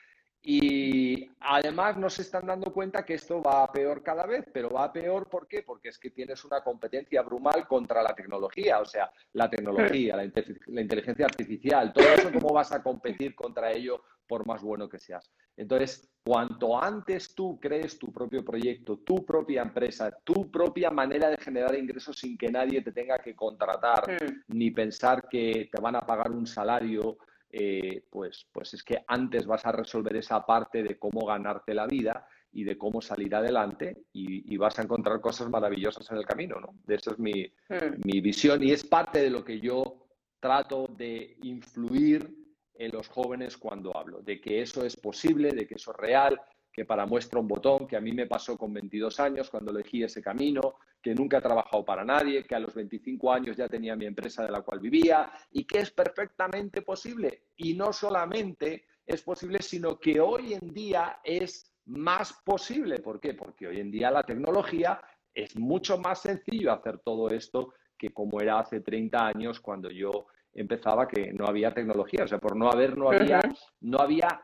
Y además no se están dando cuenta que esto va a peor cada vez, pero va a peor ¿por qué? Porque es que tienes una competencia brutal contra la tecnología, o sea, la Mm. tecnología, la, la inteligencia artificial, todo eso, ¿cómo vas a competir contra ello por más bueno que seas? Entonces, cuanto antes tú crees tu propio proyecto, tu propia empresa, tu propia manera de generar ingresos sin que nadie te tenga que contratar, Mm. ni pensar que te van a pagar un salario, Eh, pues, pues es que antes vas a resolver esa parte de cómo ganarte la vida y de cómo salir adelante y, y vas a encontrar cosas maravillosas en el camino, ¿no? Esa es mi, Mm. mi visión y es parte de lo que yo trato de influir en los jóvenes cuando hablo, de que eso es posible, de que eso es real, que para muestra un botón, que a mí me pasó con veintidós años cuando elegí ese camino, que nunca he trabajado para nadie, que a los veinticinco años ya tenía mi empresa de la cual vivía y que es perfectamente posible. Y no solamente es posible, sino que hoy en día es más posible. ¿Por qué? Porque hoy en día la tecnología es mucho más sencillo hacer todo esto que como era hace treinta años cuando yo empezaba, que no había tecnología. O sea, por no haber, no había, Ujú. no había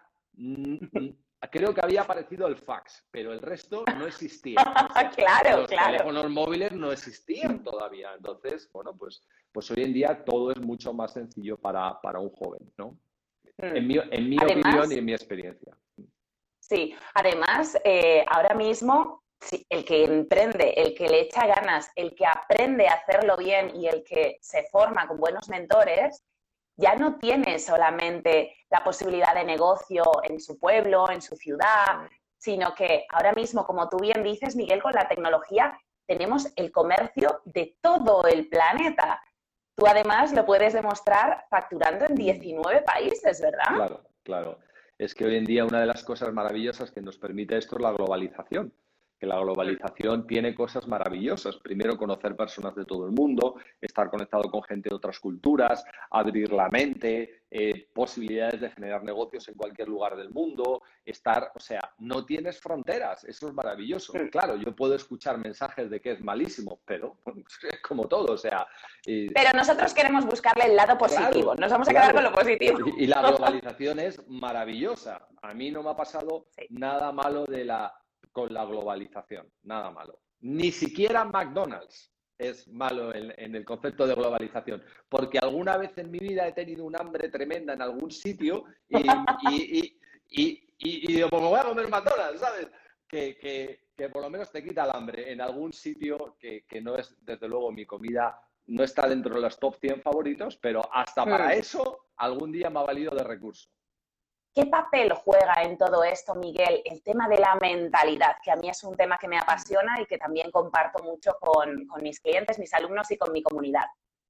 creo que había aparecido el fax, pero el resto no existía. O sea, Claro, los claro. teléfonos móviles no existían todavía. Entonces, bueno, pues, pues hoy en día todo es mucho más sencillo para, para un joven, ¿no? En Mm. mi, en mi opinión y Además, en mi experiencia. sí, además, eh, ahora mismo, sí, el que emprende, el que le echa ganas, el que aprende a hacerlo bien y el que se forma con buenos mentores, ya no tiene solamente la posibilidad de negocio en su pueblo, en su ciudad, sino que ahora mismo, como tú bien dices, Miguel, con la tecnología tenemos el comercio de todo el planeta. Tú además lo puedes demostrar facturando en diecinueve países, ¿verdad? Claro, claro. Es que hoy en día una de las cosas maravillosas que nos permite esto es la globalización. Que la globalización tiene cosas maravillosas. Primero, conocer personas de todo el mundo, estar conectado con gente de otras culturas, abrir la mente, eh, posibilidades de generar negocios en cualquier lugar del mundo, estar, o sea, no tienes fronteras. Eso es maravilloso. Claro, yo puedo escuchar mensajes de que es malísimo, pero es como todo, o sea... Eh, Pero nosotros queremos buscarle el lado positivo. Claro, Nos vamos a claro. quedar con lo positivo. Y, y la globalización es maravillosa. A mí no me ha pasado Sí. nada malo de la, con la globalización, nada malo. Ni siquiera McDonald's es malo en, en el concepto de globalización, porque alguna vez en mi vida he tenido un hambre tremenda en algún sitio y, y, y, y, y, y digo, pues me voy a comer McDonald's, ¿sabes? Que, que, que por lo menos te quita el hambre en algún sitio que, que no es, desde luego, mi comida no está dentro de los top cien favoritos, pero hasta para Hmm. eso algún día me ha valido de recurso. ¿Qué papel juega en todo esto, Miguel, el tema de la mentalidad? Que a mí es un tema que me apasiona y que también comparto mucho con, con mis clientes, mis alumnos y con mi comunidad.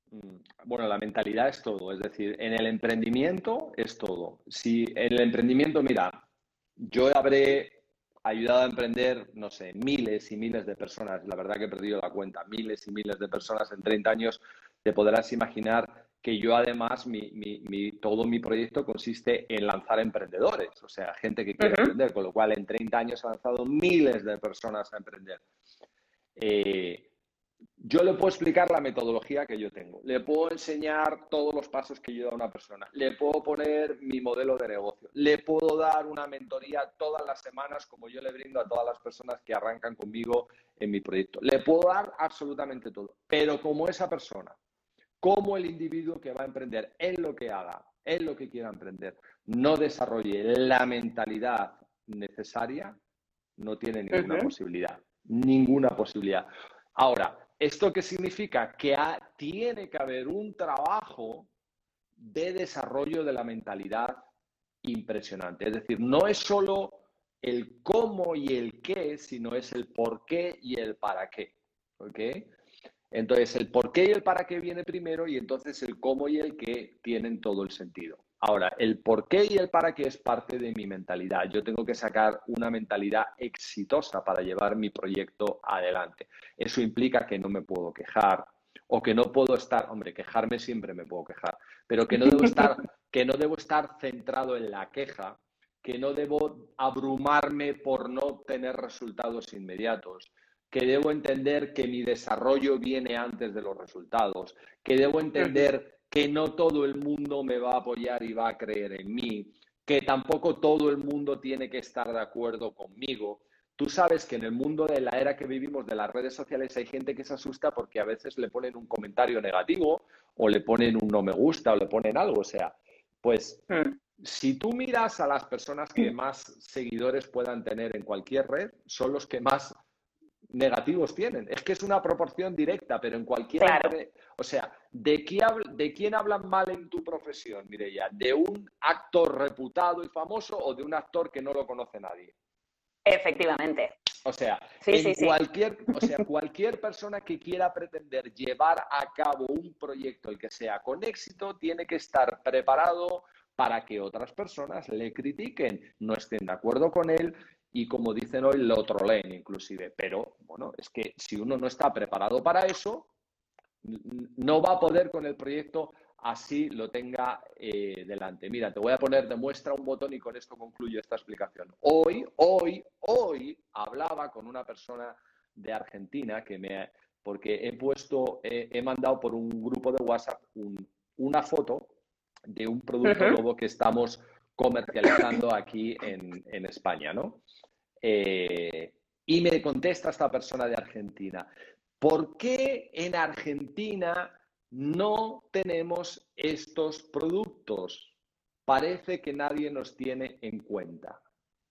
Mm, Bueno, la mentalidad es todo, es decir, en el emprendimiento es todo. Si en el emprendimiento, mira, yo habré ayudado a emprender, no sé, miles y miles de personas, la verdad que he perdido la cuenta, miles y miles de personas en treinta años, te podrás imaginar que yo además, mi, mi- mi- todo mi proyecto consiste en lanzar emprendedores, o sea, gente que quiere Ujú, emprender, con lo cual en treinta años he lanzado miles de personas a emprender. Eh, yo le puedo explicar la metodología que yo tengo, le puedo enseñar todos los pasos que yo doy a una persona, le puedo poner mi modelo de negocio, le puedo dar una mentoría todas las semanas como yo le brindo a todas las personas que arrancan conmigo en mi proyecto. Le puedo dar absolutamente todo, pero como esa persona, como el individuo que va a emprender en lo que haga, en lo que quiera emprender, no desarrolle la mentalidad necesaria, no tiene ninguna ujú, posibilidad. Ninguna posibilidad. Ahora, ¿esto qué significa? Que ha, tiene que haber un trabajo de desarrollo de la mentalidad impresionante. Es decir, no es solo el cómo y el qué, sino es el por qué y el para qué. ¿Ok? Entonces, el por qué y el para qué viene primero y entonces el cómo y el qué tienen todo el sentido. Ahora, el por qué y el para qué es parte de mi mentalidad. Yo tengo que sacar una mentalidad exitosa para llevar mi proyecto adelante. Eso implica que no me puedo quejar o que no puedo estar, hombre, quejarme siempre me puedo quejar, pero que no debo estar, que no debo estar centrado en la queja, que no debo abrumarme por no tener resultados inmediatos, que debo entender que mi desarrollo viene antes de los resultados, que debo ujú. entender que no todo el mundo me va a apoyar y va a creer en mí, que tampoco todo el mundo tiene que estar de acuerdo conmigo. Tú sabes que en el mundo de la era que vivimos de las redes sociales hay gente que se asusta porque a veces le ponen un comentario negativo o le ponen un no me gusta o le ponen algo. O sea, pues Mm. si tú miras a las personas que más seguidores puedan tener en cualquier red, son los que más negativos tienen. Es que es una proporción directa, pero en cualquier Claro, entre... O sea, ¿de, qué habl... ¿de quién hablan mal en tu profesión, Mireia? ¿De un actor reputado y famoso o de un actor que no lo conoce nadie? efectivamente. O sea, Sí, en sí, sí. cualquier, o sea, cualquier persona que quiera pretender llevar a cabo un proyecto el que sea con éxito, tiene que estar preparado para que otras personas le critiquen, no estén de acuerdo con él y, como dicen hoy, lo troleen inclusive. Pero, bueno, es que si uno no está preparado para eso, no va a poder con el proyecto así lo tenga eh, delante. Mira, te voy a poner de muestra un botón y con esto concluyo esta explicación. Hoy, hoy, hoy hablaba con una persona de Argentina que me, porque he puesto, eh, he mandado por un grupo de WhatsApp un, una foto de un producto Ujú, nuevo que estamos comercializando aquí en, en España, ¿no? Eh, y me contesta esta persona de Argentina, ¿por qué en Argentina no tenemos estos productos? Parece que nadie nos tiene en cuenta.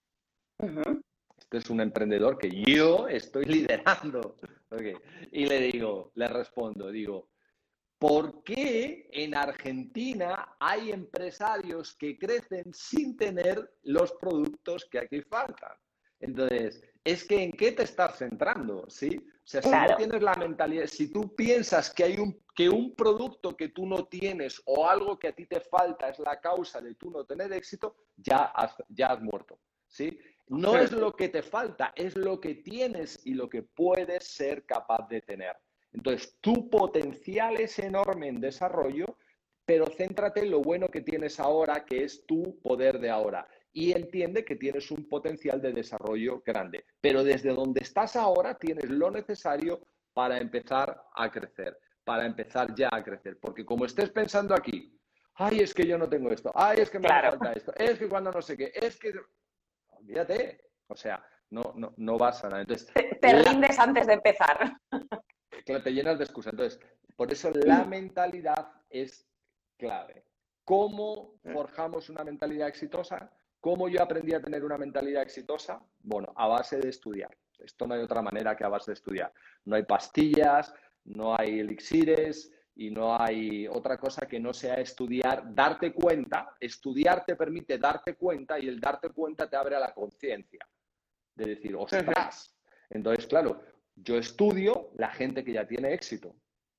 ujú. Este es un emprendedor que yo estoy liderando. Okay. Y le digo, le respondo, digo, ¿por qué en Argentina hay empresarios que crecen sin tener los productos que aquí faltan? Entonces, es que ¿en qué te estás centrando? ¿Sí? O sea, si no Claro, tienes la mentalidad, si tú piensas que hay un, que un producto que tú no tienes o algo que a ti te falta es la causa de tú no tener éxito, ya has, ya has muerto. ¿Sí? No es mm, lo que te falta, es lo que tienes y lo que puedes ser capaz de tener. Entonces, tu potencial es enorme en desarrollo, pero céntrate en lo bueno que tienes ahora, que es tu poder de ahora. Y entiende que tienes un potencial de desarrollo grande. Pero desde donde estás ahora tienes lo necesario para empezar a crecer, para empezar ya a crecer. Porque como estés pensando aquí, ay, es que yo no tengo esto, ay, es que me hace claro. falta esto, es que cuando no sé qué, es que... Olvídate. O sea, no, no, no vas a nada. Entonces, Te, te la, rindes antes de empezar. que te llenas de excusas. Entonces, por eso la mentalidad es clave. ¿Cómo forjamos una mentalidad exitosa? ¿Cómo yo aprendí a tener una mentalidad exitosa? Bueno, a base de estudiar. Esto no hay otra manera que a base de estudiar. No hay pastillas, no hay elixires y no hay otra cosa que no sea estudiar, darte cuenta. Estudiar te permite darte cuenta y el darte cuenta te abre a la conciencia de decir, Ujú, ostras. Entonces, claro, yo estudio la gente que ya tiene éxito.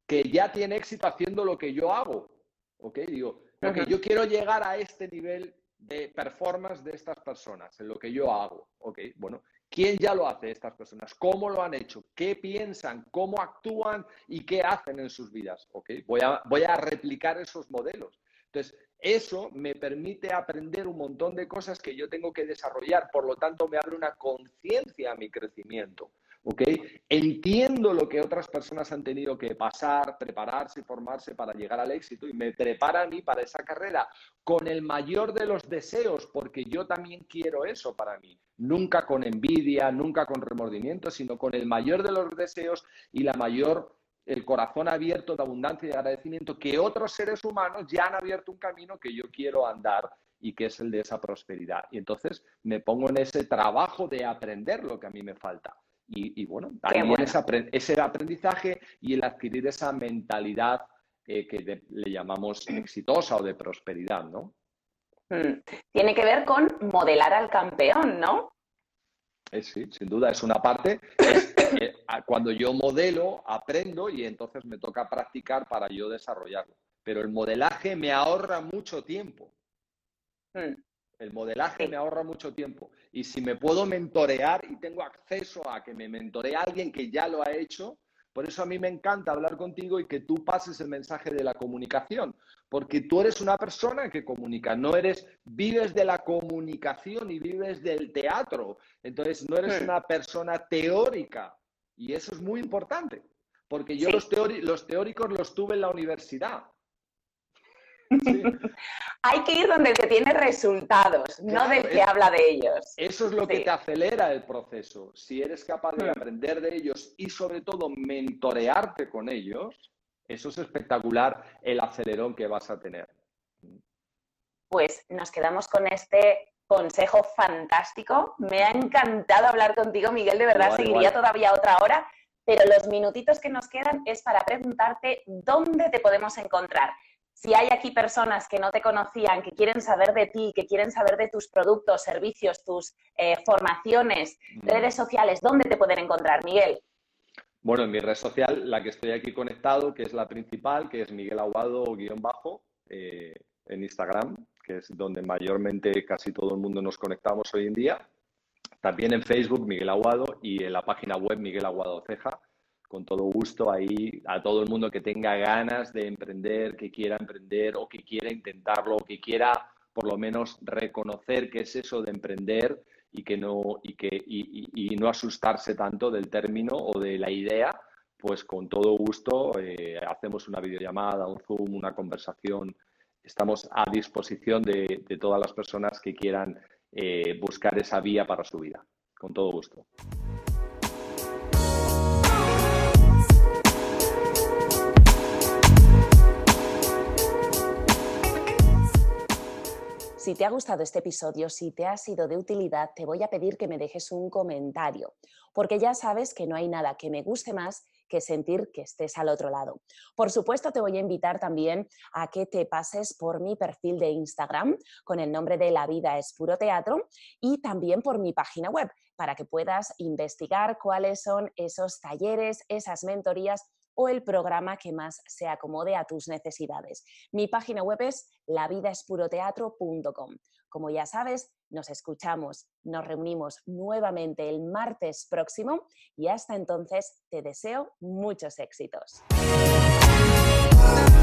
que ya tiene éxito haciendo lo que yo hago. ¿Ok? Digo, ok, Ujú. yo quiero llegar a este nivel de performance de estas personas, en lo que yo hago. ¿Ok? Bueno, ¿quién ya lo hace estas personas? ¿Cómo lo han hecho? ¿Qué piensan? ¿Cómo actúan? ¿Y qué hacen en sus vidas? ¿Ok? Voy a, voy a replicar esos modelos. Entonces, eso me permite aprender un montón de cosas que yo tengo que desarrollar. Por lo tanto, me abre una conciencia a mi crecimiento. ¿Ok? Entiendo lo que otras personas han tenido que pasar, prepararse y formarse para llegar al éxito y me prepara a mí para esa carrera con el mayor de los deseos, porque yo también quiero eso para mí. Nunca con envidia, nunca con remordimiento, sino con el mayor de los deseos y la mayor, el corazón abierto de abundancia y de agradecimiento que otros seres humanos ya han abierto un camino que yo quiero andar y que es el de esa prosperidad. Y entonces me pongo en ese trabajo de aprender lo que a mí me falta. Y, y bueno, ahí Qué viene bueno. ese, ese aprendizaje y el adquirir esa mentalidad eh, que de, le llamamos exitosa o de prosperidad, ¿no? Mm. Tiene que ver con modelar al campeón, ¿no? Eh, sí, sin duda, es una parte. Es, eh, cuando yo modelo, aprendo y entonces me toca practicar para yo desarrollarlo. Pero el modelaje me ahorra mucho tiempo. Mm. El modelaje Sí. me ahorra mucho tiempo. Y si me puedo mentorear y tengo acceso a que me mentoree alguien que ya lo ha hecho, por eso a mí me encanta hablar contigo y que tú pases el mensaje de la comunicación. Porque tú eres una persona que comunica, no eres, vives de la comunicación y vives del teatro. Entonces no eres Mm. una persona teórica. Y eso es muy importante. Porque yo Sí. los, teori- los teóricos los tuve en la universidad. Sí. Hay que ir donde el que tiene resultados, no Claro, del que es, habla de ellos. eso es lo que Sí. te acelera el proceso. Si eres capaz de Mm. aprender de ellos y sobre todo mentorearte con ellos, eso es espectacular el acelerón que vas a tener. Pues nos quedamos con este consejo fantástico. Me ha encantado hablar contigo, Miguel, de verdad, Igual, seguiría igual. todavía otra hora, pero los minutitos que nos quedan es para preguntarte dónde te podemos encontrar. Si hay aquí personas que no te conocían, que quieren saber de ti, que quieren saber de tus productos, servicios, tus eh, formaciones, redes sociales, ¿dónde te pueden encontrar, Miguel? Bueno, en mi red social, la que estoy aquí conectado, que es la principal, que es Miguel Aguado guión bajo, eh, en Instagram, que es donde mayormente casi todo el mundo nos conectamos hoy en día. También en Facebook, Miguel Aguado, y en la página web, Miguel Aguado Ceja. Con todo gusto ahí a todo el mundo que tenga ganas de emprender, que quiera emprender o que quiera intentarlo o que quiera por lo menos reconocer qué es eso de emprender y que no y que y, y, y no asustarse tanto del término o de la idea, pues con todo gusto eh, hacemos una videollamada, un Zoom, una conversación. Estamos a disposición de, de todas las personas que quieran eh, buscar esa vía para su vida. Con todo gusto. Si te ha gustado este episodio, si te ha sido de utilidad, te voy a pedir que me dejes un comentario, porque ya sabes que no hay nada que me guste más que sentir que estés al otro lado. Por supuesto, te voy a invitar también a que te pases por mi perfil de Instagram con el nombre de La Vida es Puro Teatro y también por mi página web para que puedas investigar cuáles son esos talleres, esas mentorías o el programa que más se acomode a tus necesidades. Mi página web es la vida es puro teatro punto com. Como ya sabes, nos escuchamos, nos reunimos nuevamente el martes próximo y hasta entonces te deseo muchos éxitos.